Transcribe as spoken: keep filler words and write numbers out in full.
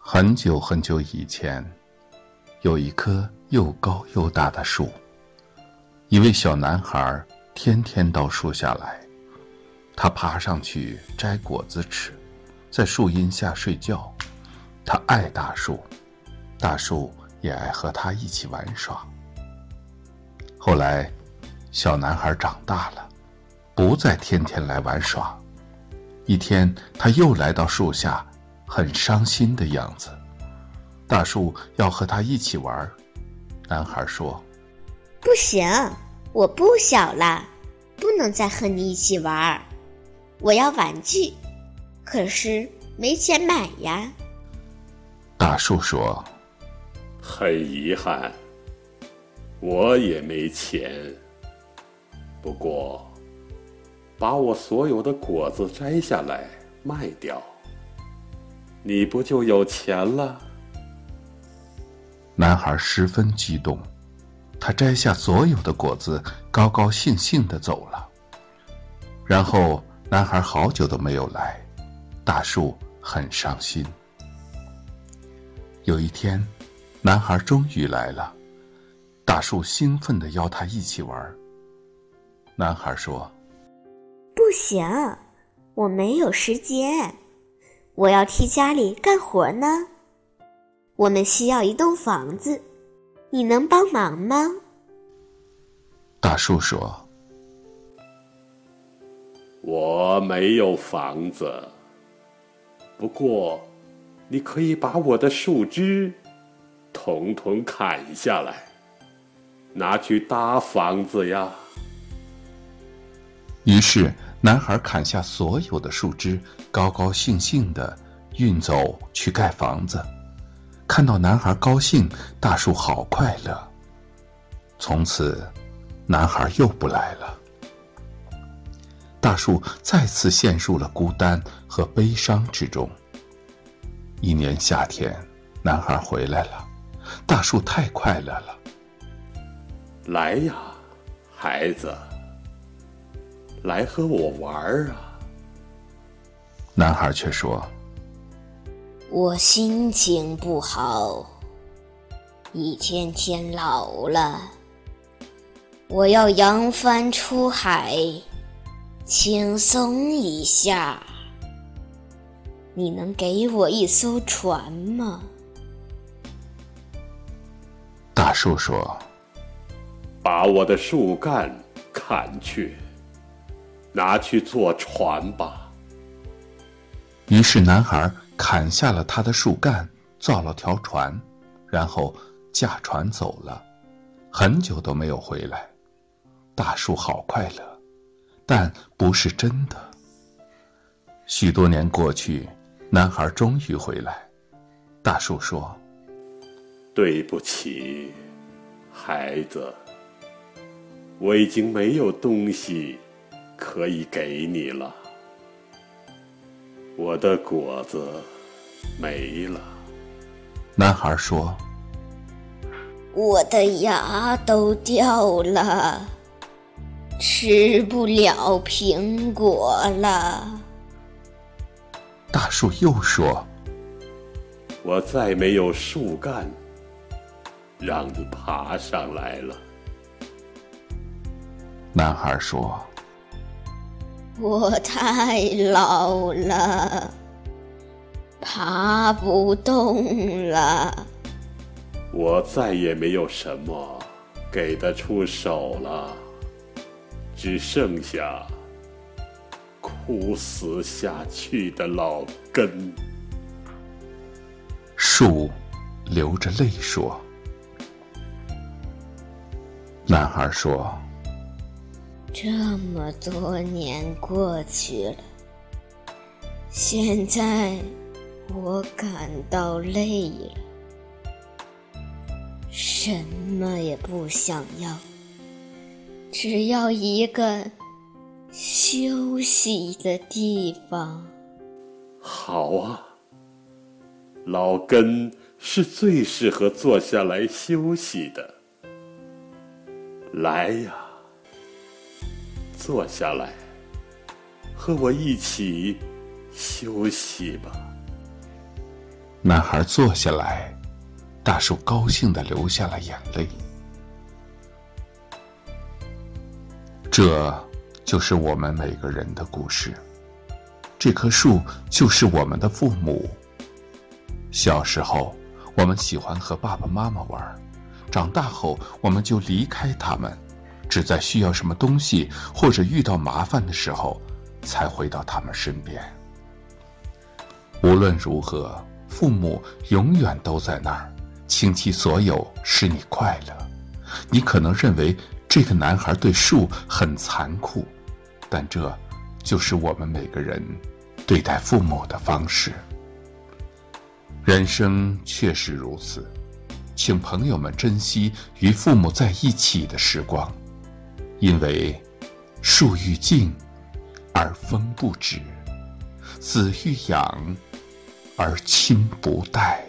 很久很久以前，有一棵又高又大的树。一位小男孩天天到树下来，他爬上去摘果子吃，在树荫下睡觉。他爱大树，大树也爱和他一起玩耍。后来，小男孩长大了，不再天天来玩耍。一天，他又来到树下，很伤心的样子。大树要和他一起玩，男孩说： 不行，我不小了，不能再和你一起玩，我要玩具，可是没钱买呀。 大树说： 很遗憾，我也没钱，不过把我所有的果子摘下来卖掉，你不就有钱了？ 男孩十分激动，他摘下所有的果子，高高兴兴地走了。然后男孩好久都没有来，大树很伤心。有一天，男孩终于来了，大树兴奋地邀他一起玩。男孩说： 不行，我没有时间，我要替家里干活呢。我们需要一栋房子，你能帮忙吗？ 大树说： 我没有房子，不过你可以把我的树枝统统砍下来，拿去搭房子呀。 于是男孩砍下所有的树枝，高高兴兴地运走去盖房子。看到男孩高兴，大树好快乐。从此，男孩又不来了。大树再次陷入了孤单和悲伤之中。一年夏天，男孩回来了，大树太快乐了。 来呀，孩子，来和我玩啊。 男孩却说： 我心情不好，一天天老了，我要扬帆出海，轻松一下。你能给我一艘船吗？ 大树说： 把我的树干砍去，拿去做船吧。 于是男孩砍下了他的树干，造了条船，然后驾船走了，很久都没有回来。大树好快乐，但不是真的。许多年过去，男孩终于回来。大树说： 对不起，孩子，我已经没有东西可以给你了。我的果子没了。 男孩说： 我的牙都掉了，吃不了苹果了。 大树又说： 我再没有树干让你爬上来了。 男孩说： 我太老了，爬不动了。 我再也没有什么给得出手了，只剩下枯死下去的老根。 树流着泪说。男孩说： 这么多年过去了，现在我感到累了，什么也不想要，只要一个休息的地方。 好啊，老根是最适合坐下来休息的。来呀，坐下来，和我一起休息吧。 男孩坐下来，大树高兴地流下了眼泪。这就是我们每个人的故事，这棵树就是我们的父母。小时候，我们喜欢和爸爸妈妈玩，长大后我们就离开他们，只在需要什么东西或者遇到麻烦的时候，才回到他们身边。无论如何，父母永远都在那儿，倾其所有使你快乐。你可能认为这个男孩对树很残酷，但这就是我们每个人对待父母的方式。人生确实如此，请朋友们珍惜与父母在一起的时光，因为树欲静而风不止，子欲养而亲不待。